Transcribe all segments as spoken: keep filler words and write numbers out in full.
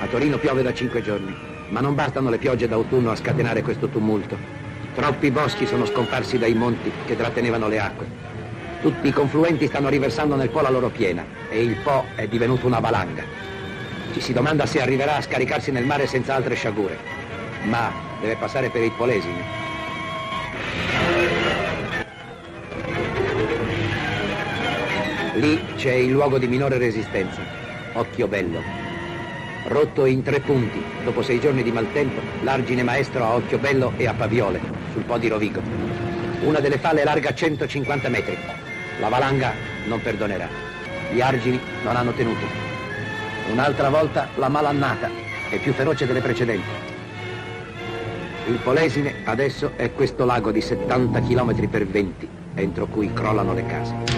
A Torino piove da cinque giorni, ma non bastano le piogge d'autunno a scatenare questo tumulto. Troppi boschi sono scomparsi dai monti che trattenevano le acque. Tutti i confluenti stanno riversando nel Po la loro piena e il Po è divenuto una valanga. Ci si domanda se arriverà a scaricarsi nel mare senza altre sciagure, ma deve passare per il Polesine. Lì c'è il luogo di minore resistenza, Occhiobello. Rotto in tre punti, dopo sei giorni di maltempo, l'argine maestro a Occhiobello e a Paviole, sul Po di Rovigo. Una delle falle è larga centocinquanta metri. La valanga non perdonerà. Gli argini non hanno tenuto. Un'altra volta la malannata è più feroce delle precedenti. Il Polesine adesso è questo lago di settanta chilometri per venti, entro cui crollano le case.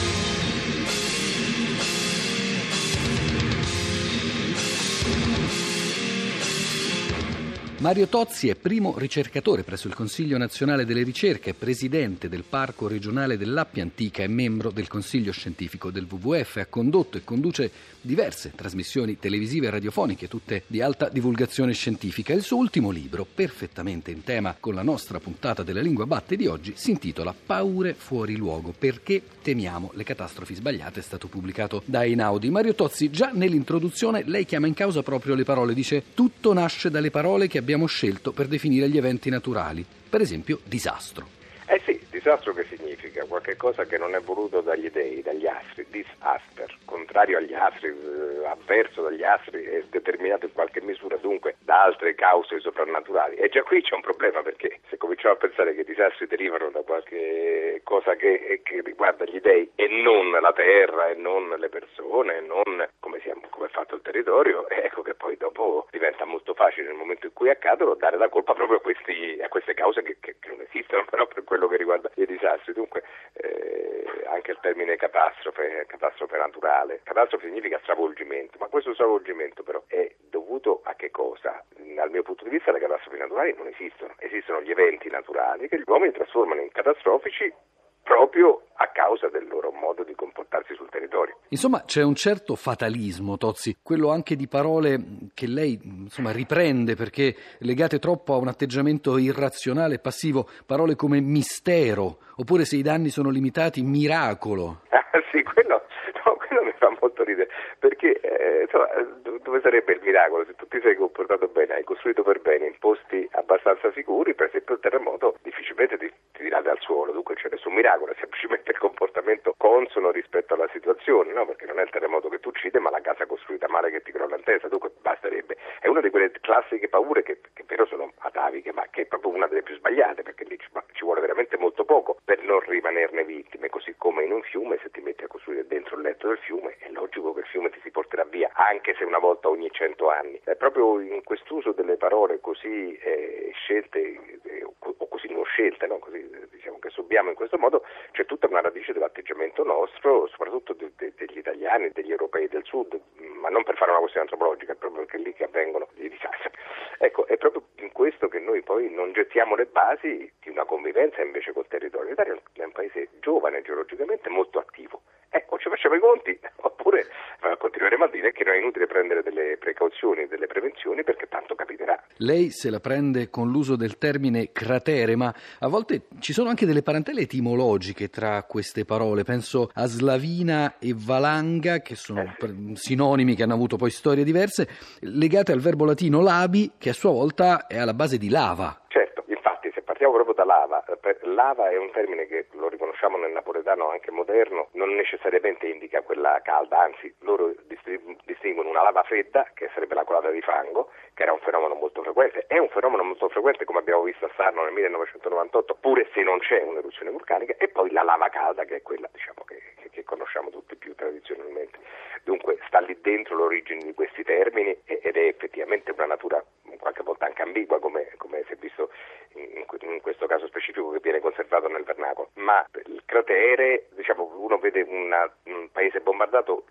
Mario Tozzi è primo ricercatore presso il Consiglio Nazionale delle Ricerche, presidente del Parco Regionale dell'Appia Antica e membro del Consiglio Scientifico del W W F. Ha condotto e conduce diverse trasmissioni televisive e radiofoniche, tutte di alta divulgazione scientifica. Il suo ultimo libro, perfettamente in tema con la nostra puntata della Lingua Batte di oggi, si intitola Paure fuori luogo, perché temiamo le catastrofi sbagliate. È stato pubblicato da Einaudi. Mario Tozzi, già nell'introduzione lei chiama in causa proprio le parole, dice: tutto nasce dalle parole che abbiamo scelto per definire gli eventi naturali, per esempio disastro. Eh sì, disastro che significa? Qualche cosa che non è voluto dagli dei, dagli astri, disaster, contrario agli astri, eh, avverso dagli astri e determinato in qualche misura dunque da altre cause soprannaturali. E già qui c'è un problema, perché se cominciamo a pensare che i disastri derivano da qualche cosa che, che riguarda gli dei e non la terra e non le persone e non come, siamo, come è fatto il territorio, ecco che poi dopo diventa molto facile nel momento in cui accadono dare la colpa proprio a, questi, a queste cause che, che, che non esistono, però per quello che riguarda i disastri. Dunque eh, anche il termine catastrofe, catastrofe naturale, catastrofe significa stravolgimento, ma questo stravolgimento però è dovuto a che cosa? Dal mio punto di vista le catastrofi naturali non esistono, esistono gli eventi naturali che gli uomini trasformano in catastrofici proprio a causa del loro modo di comportarsi sul territorio. Insomma, c'è un certo fatalismo, Tozzi, quello anche di parole che lei insomma riprende perché legate troppo a un atteggiamento irrazionale e passivo, parole come mistero, oppure se i danni sono limitati, miracolo. Ah, sì, quello, no, quello mi fa molto ridere, perché eh, insomma, dove sarebbe il miracolo? Se tu ti sei comportato bene, hai costruito per bene in posti abbastanza sicuri, per esempio il terremoto difficilmente ti, ti tirate al suolo, dunque c'è nessun miracolo, è semplicemente il comportamento consono rispetto alla situazione, no? Perché non è il terremoto che ti uccide, ma la casa costruita male che ti crolla in testa, dunque basterebbe. È una di quelle classiche paure che, che però sono ataviche, ma che è proprio una delle più sbagliate, perché lì ci, ci vuole veramente molto poco per non rimanerne vittime, così come in un fiume se ti metti a costruire dentro il letto del fiume è logico che il fiume ti si porterà via, anche se una volta ogni cento anni. È proprio in quest'uso delle parole così eh, scelte eh, o così non scelte, no? Così diciamo che subiamo in questo modo, c'è tutta una radice dell'atteggiamento nostro, soprattutto de- de- degli italiani, degli europei del sud, ma non per fare una questione antropologica, è proprio perché è lì che avvengono i disastri. Ecco, è proprio in questo che noi poi non gettiamo le basi di una convivenza invece col territorio. L'Italia è un paese giovane geologicamente, molto attivo. Eh, o ci facciamo i conti, oppure eh, continueremo a dire che non è inutile prendere delle precauzioni, delle prevenzioni, perché tanto capiterà. Lei se la prende con l'uso del termine cratere, ma a volte ci sono anche delle parentele etimologiche tra queste parole. Penso a slavina e valanga, che sono eh sì. sinonimi che hanno avuto poi storie diverse, legate al verbo latino labi, che a sua volta è alla base di lava. Certo, infatti se partiamo proprio da lava, lava è un termine che lo riconosciamo nel napoletano anche moderno, non necessariamente indica quella calda, anzi loro distinguono una lava fredda, che sarebbe la colata di fango, che era un fenomeno molto frequente, è un fenomeno molto frequente come abbiamo visto a Sarno nel millenovecentonovantotto, pure se non c'è un'eruzione vulcanica, e poi la lava calda, che è quella diciamo che, che, che conosciamo tutti più tradizionalmente. Dunque sta lì dentro l'origine di questi termini ed è effettivamente una natura qualche volta anche ambigua, come, come si è visto in, in questo caso specifico che viene conservato nel vernacolo. Ma il cratere, diciamo, uno vede una, un paese bombardato, gli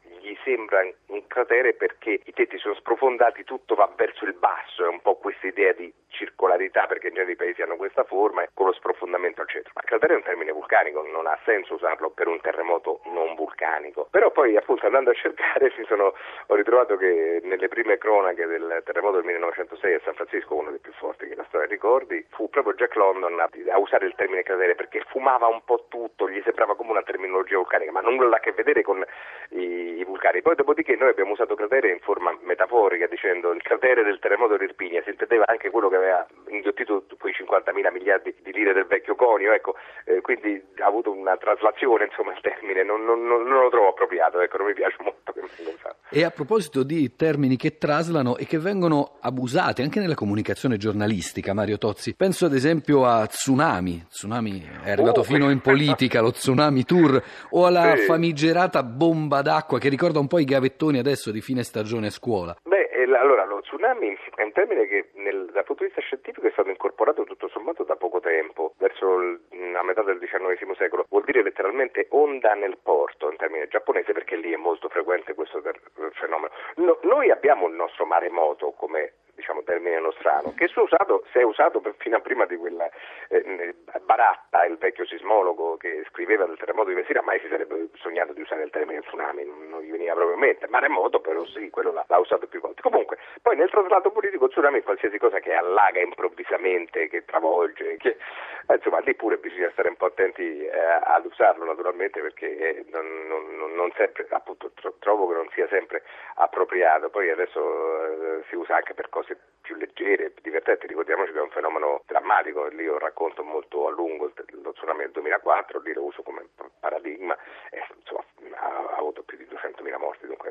sembra un cratere perché i tetti sono sprofondati, tutto va verso il basso, è un po' questa idea di circolarità, perché in genere i paesi hanno questa forma, con lo sprofondamento al centro. Ma il cratere è un termine vulcanico, non ha senso usarlo per un terremoto non vulcanico. Però poi, appunto, andando a cercare mi sono, ho ritrovato che nelle prime cronache del terremoto del millenovecentosei a San Francisco, uno dei più forti che la storia ricordi, fu proprio Jack London a, a usare il termine cratere perché fumava un po' tutto, gli sembrava come una terminologia vulcanica, ma non nulla a che vedere con i, i vulcani. Poi dopodiché noi abbiamo usato cratere in forma metaforica, dicendo il cratere del terremoto di Irpinia, si intendeva anche quello che aveva inghiottito quei cinquantamila miliardi di lire del vecchio conio, ecco, eh, quindi ha avuto una traslazione, insomma, il termine, non, non, non lo trovo appropriato, ecco, non mi piace molto che venga usato. E a proposito di termini che traslano e che vengono abusati anche nella comunicazione giornalistica, Mario Tozzi, penso ad esempio a tsunami, tsunami è arrivato oh, fino in politica, lo tsunami tour, o alla sì. famigerata bomba d'acqua che ricorda un po' i gavettoni adesso di fine stagione a scuola. Beh, allora, lo tsunami è un termine che nel, dal punto di vista scientifico è stato incorporato tutto sommato da poco tempo, verso il, la metà del diciannovesimo secolo. Vuol dire letteralmente onda nel porto, un termine giapponese, perché lì è molto frequente questo ter- fenomeno. No, noi abbiamo il nostro maremoto come, diciamo, termine nostrano, che si è usato, si è usato per, fino a prima di quella eh, Baratta, il vecchio sismologo che scriveva del terremoto di Messina, mai si sarebbe sognato di usare il termine tsunami, non, non gli veniva proprio in mente. Maremoto però sì, quello l'ha, l'ha usato più volte. Comunque, poi nel traslato politico tsunami è qualsiasi cosa che allaga improvvisamente, che travolge, che eh, insomma lì pure bisogna stare un po' attenti eh, ad usarlo naturalmente, perché eh, non, non, non sempre, appunto, tro- trovo che non sia sempre appropriato. Poi adesso eh, si usa anche per cose più leggere, più divertenti. Ricordiamoci che è un fenomeno drammatico, lì io racconto molto a lungo lo tsunami del duemilaquattro, lì lo uso come paradigma, e insomma ha, ha avuto più di duecentomila morti, dunque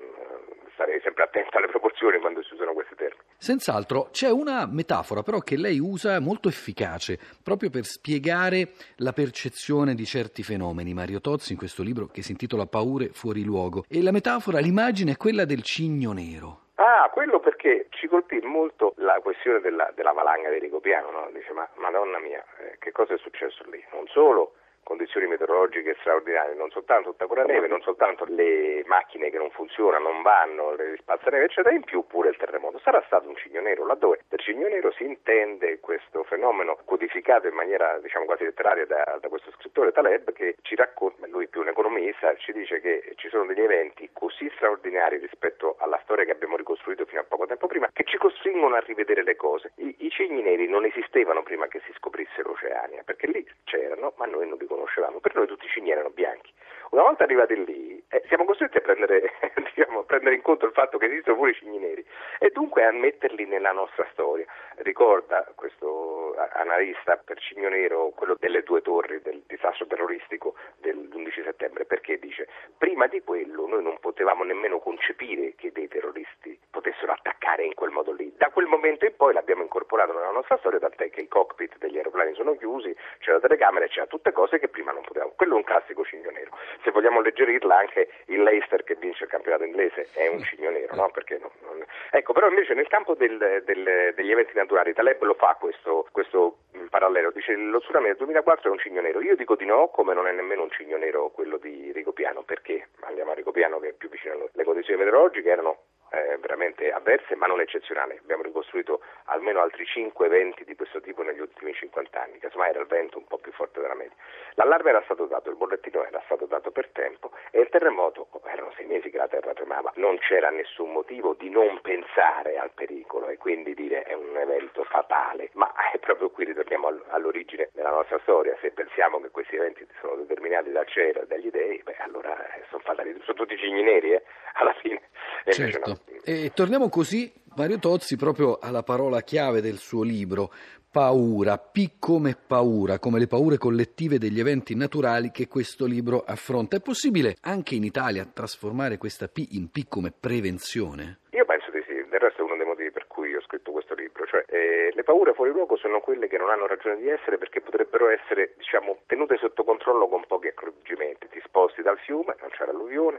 eh, starei sempre attento alle proporzioni quando si usano questi termini. Senz'altro c'è una metafora però che lei usa molto efficace proprio per spiegare la percezione di certi fenomeni, Mario Tozzi, in questo libro che si intitola Paure fuori luogo, e la metafora, l'immagine è quella del cigno nero. Ah, quello perché ci colpì molto la questione della, della valanga di Rigopiano, no? Dice, ma madonna mia, eh, che cosa è successo lì? Non solo condizioni meteorologiche straordinarie, non soltanto tutta quella neve, non soltanto le macchine che non funzionano, non vanno, le spazzaneve eccetera, in più pure il terremoto. Sarà stato un cigno nero, laddove per cigno nero si intende questo fenomeno codificato in maniera, diciamo, quasi letteraria da, da questo scrittore Taleb, che ci racconta, lui più un economista, ci dice che ci sono degli eventi così straordinari rispetto alla storia che abbiamo ricostruito fino a poco tempo prima, che ci costringono a rivedere le cose. I, i cigni neri non esistevano prima che si scoprisse l'Oceania, perché lì c'erano, ma noi non li conoscevamo. Per noi tutti i cigni erano bianchi. Una volta arrivati lì, eh, siamo costretti a prendere, diciamo, a prendere in conto il fatto che esistono pure i cigni neri e dunque a metterli nella nostra storia. Ricorda questo analista per Cigno Nero quello delle due torri del disastro terroristico dell'undici settembre, perché dice: prima di quello noi non potevamo nemmeno concepire che dei terroristi potessero attaccare in quel modo lì. Da quel momento in poi l'abbiamo incorporato nella nostra storia, tant'è che i cockpit degli aeroplani sono chiusi, c'è la telecamera, c'è tutte cose che prima non potevamo. Quello è un classico cigno nero. Se vogliamo alleggerirla, anche il Leicester che vince il campionato inglese è un cigno nero, no? Perché no, non... Ecco, però invece nel campo del, del, degli eventi naturali Taleb lo fa questo, questo mh, parallelo, dice lo tsunami del duemilaquattro è un cigno nero. Io dico di no, come non è nemmeno un cigno nero quello di Rigopiano. Perché? Andiamo a Rigopiano, che è più vicino alle condizioni meteorologiche, erano Eh, veramente avverse ma non eccezionali. Abbiamo ricostruito almeno altri cinque eventi di questo tipo negli ultimi cinquanta anni, casomai era il vento un po' più forte della media. L'allarme era stato dato, il bollettino era stato dato per tempo e il terremoto, erano sei mesi che la terra tremava, non c'era nessun motivo di non pensare al pericolo e quindi dire è un evento fatale, ma è proprio qui ritorniamo all'origine della nostra storia. Se pensiamo che questi eventi sono determinati dal cielo e dagli dei, beh allora sono fatali, sono tutti cigni neri eh, alla fine. E certo. No. E torniamo così, Mario Tozzi, proprio alla parola chiave del suo libro, paura, P come paura, come le paure collettive degli eventi naturali che questo libro affronta. È possibile anche in Italia trasformare questa P in P come prevenzione? Io penso di sì, del resto è uno dei motivi per cui ho scritto questo libro, cioè eh, le paure fuori luogo sono quelle che non hanno ragione di essere perché potrebbero essere, diciamo, tenute sotto controllo con pochi accorgimenti. Ti sposti dal fiume, non c'è l'alluvione,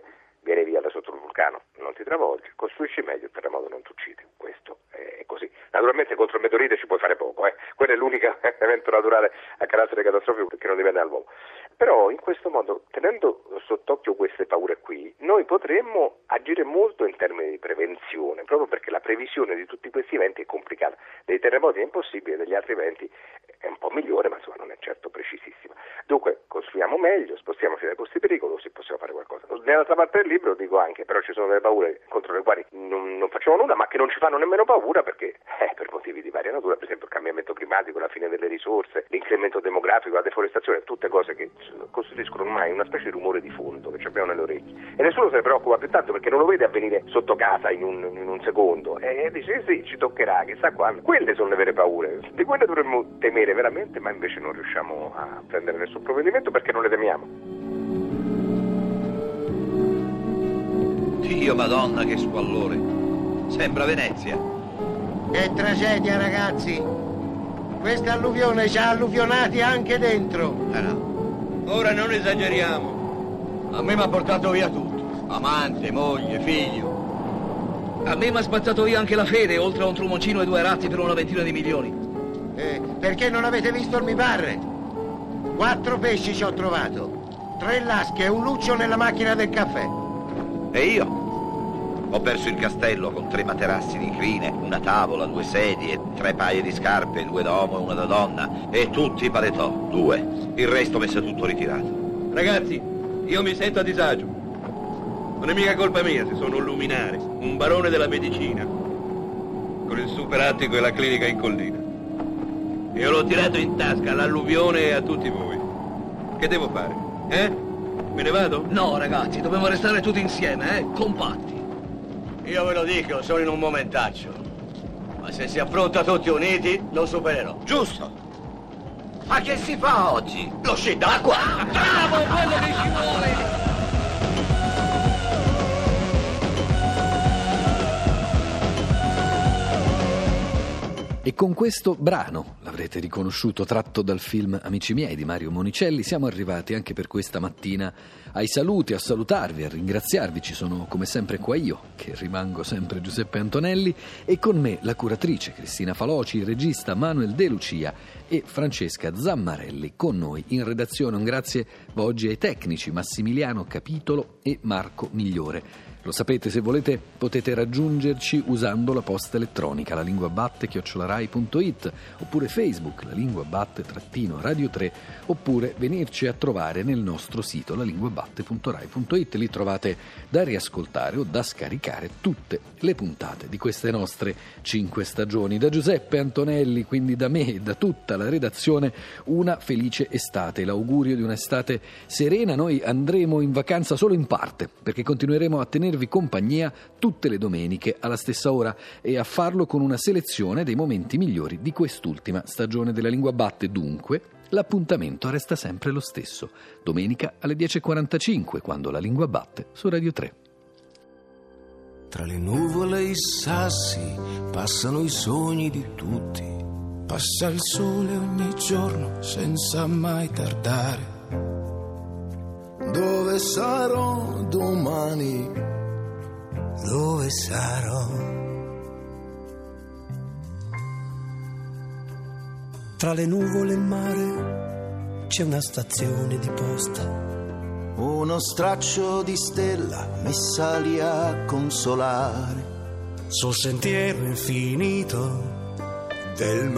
vieni via da sotto il vulcano, non ti travolge, costruisci meglio, il terremoto non ti uccide, questo è così. Naturalmente contro il meteorite ci puoi fare poco, eh. Quello è l'unico evento naturale a carattere catastrofico perché non dipende dall'uomo. Però in questo modo, tenendo sott'occhio queste paure qui, noi potremmo agire molto in termini di prevenzione, proprio perché la previsione di tutti questi eventi è complicata. Dei terremoti è impossibile, degli altri eventi è un po' migliore, ma insomma non è certo precisissima. Dunque, costruiamo meglio, spostiamoci dai posti pericolosi, possiamo fare qualcosa. Nell'altra parte del libro dico anche, però ci sono delle paure contro le quali non, non facciamo nulla, ma che non ci fanno nemmeno paura perché, eh, per motivi di varia natura, per esempio il cambiamento climatico, la fine delle risorse, l'incremento demografico, la deforestazione, tutte cose che costituiscono ormai una specie di rumore di fondo che ci abbiamo nelle orecchie. E nessuno se ne preoccupa più tanto perché non lo vede avvenire sotto casa in un, in un secondo. E dice, sì, ci toccherà, chissà quando. Quelle sono le vere paure. Di quelle dovremmo temere veramente, ma invece non riusciamo a prendere nessun provvedimento perché non le temiamo. Dio Madonna, che squallore! Sembra Venezia. Che tragedia, ragazzi! Questa alluvione ci ha alluvionati anche dentro. Eh no. Ora non esageriamo. A me mi ha portato via tutto. Amante, moglie, figlio. A me mi ha spazzato via anche la fede, oltre a un trumoncino e due ratti per una ventina di milioni. Eh, perché non avete visto il mi parre? Quattro pesci ci ho trovato. Tre lasche e un luccio nella macchina del caffè. E io? Ho perso il castello con tre materassi di crine, una tavola, due sedie, tre paia di scarpe, due da uomo e una da donna, e tutti i paletò, due. Il resto messo tutto ritirato. Ragazzi, io mi sento a disagio. Non è mica colpa mia se sono un luminare, un barone della medicina, con il superattico e la clinica in collina. Io l'ho tirato in tasca all'alluvione e a tutti voi. Che devo fare? Eh? Me ne vado? No, ragazzi, dobbiamo restare tutti insieme, eh? Compatti. Io ve lo dico, sono in un momentaccio. Ma se si affronta tutti uniti, lo supererò. Giusto. Ma che si fa oggi? Lo sci d'acqua! Bravo, quello che ci vuole! E con questo brano, l'avrete riconosciuto, tratto dal film Amici miei di Mario Monicelli, siamo arrivati anche per questa mattina ai saluti, a salutarvi, a ringraziarvi. Ci sono come sempre qua io, che rimango sempre Giuseppe Antonelli, e con me la curatrice Cristina Faloci, il regista Manuel De Lucia e Francesca Zammarelli con noi in redazione. Un grazie va oggi ai tecnici Massimiliano Capitolo e Marco Migliore. Lo sapete, se volete potete raggiungerci usando la posta elettronica lalinguabatte chiocciola rai punto it oppure Facebook lalinguabatte trattino radio tre, oppure venirci a trovare nel nostro sito lalinguabatte punto rai punto it. Lì trovate da riascoltare o da scaricare tutte le puntate di queste nostre cinque stagioni. Da Giuseppe Antonelli, quindi da me e da tutta la redazione, una felice estate, l'augurio di un'estate serena. Noi andremo in vacanza solo in parte, perché continueremo a tenere compagnia tutte le domeniche alla stessa ora e a farlo con una selezione dei momenti migliori di quest'ultima stagione della Lingua Batte. Dunque l'appuntamento resta sempre lo stesso, domenica alle dieci e quarantacinque, quando la Lingua Batte su Radio tre. Tra le nuvole e i sassi passano i sogni di tutti, passa il sole ogni giorno senza mai tardare. Dove sarò domani? Dove sarò? Tra le nuvole e il mare c'è una stazione di posta, uno straccio di stella messa lì a consolare, sul sentiero infinito del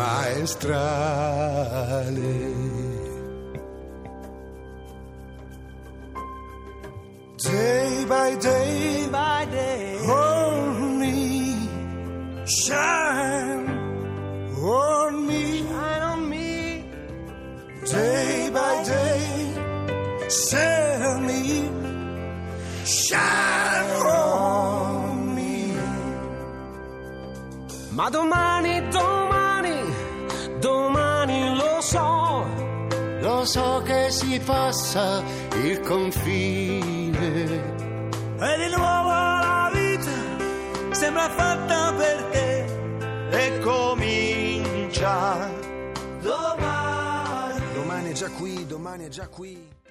maestrale. Day by day, by day, on me, shine on me, shine on me. Day by day, set me, shine on me. Ma domani, domani, domani lo so, lo so che si passa il confine. E di nuovo la vita sembra fatta per te e comincia domani. Domani è già qui, domani è già qui.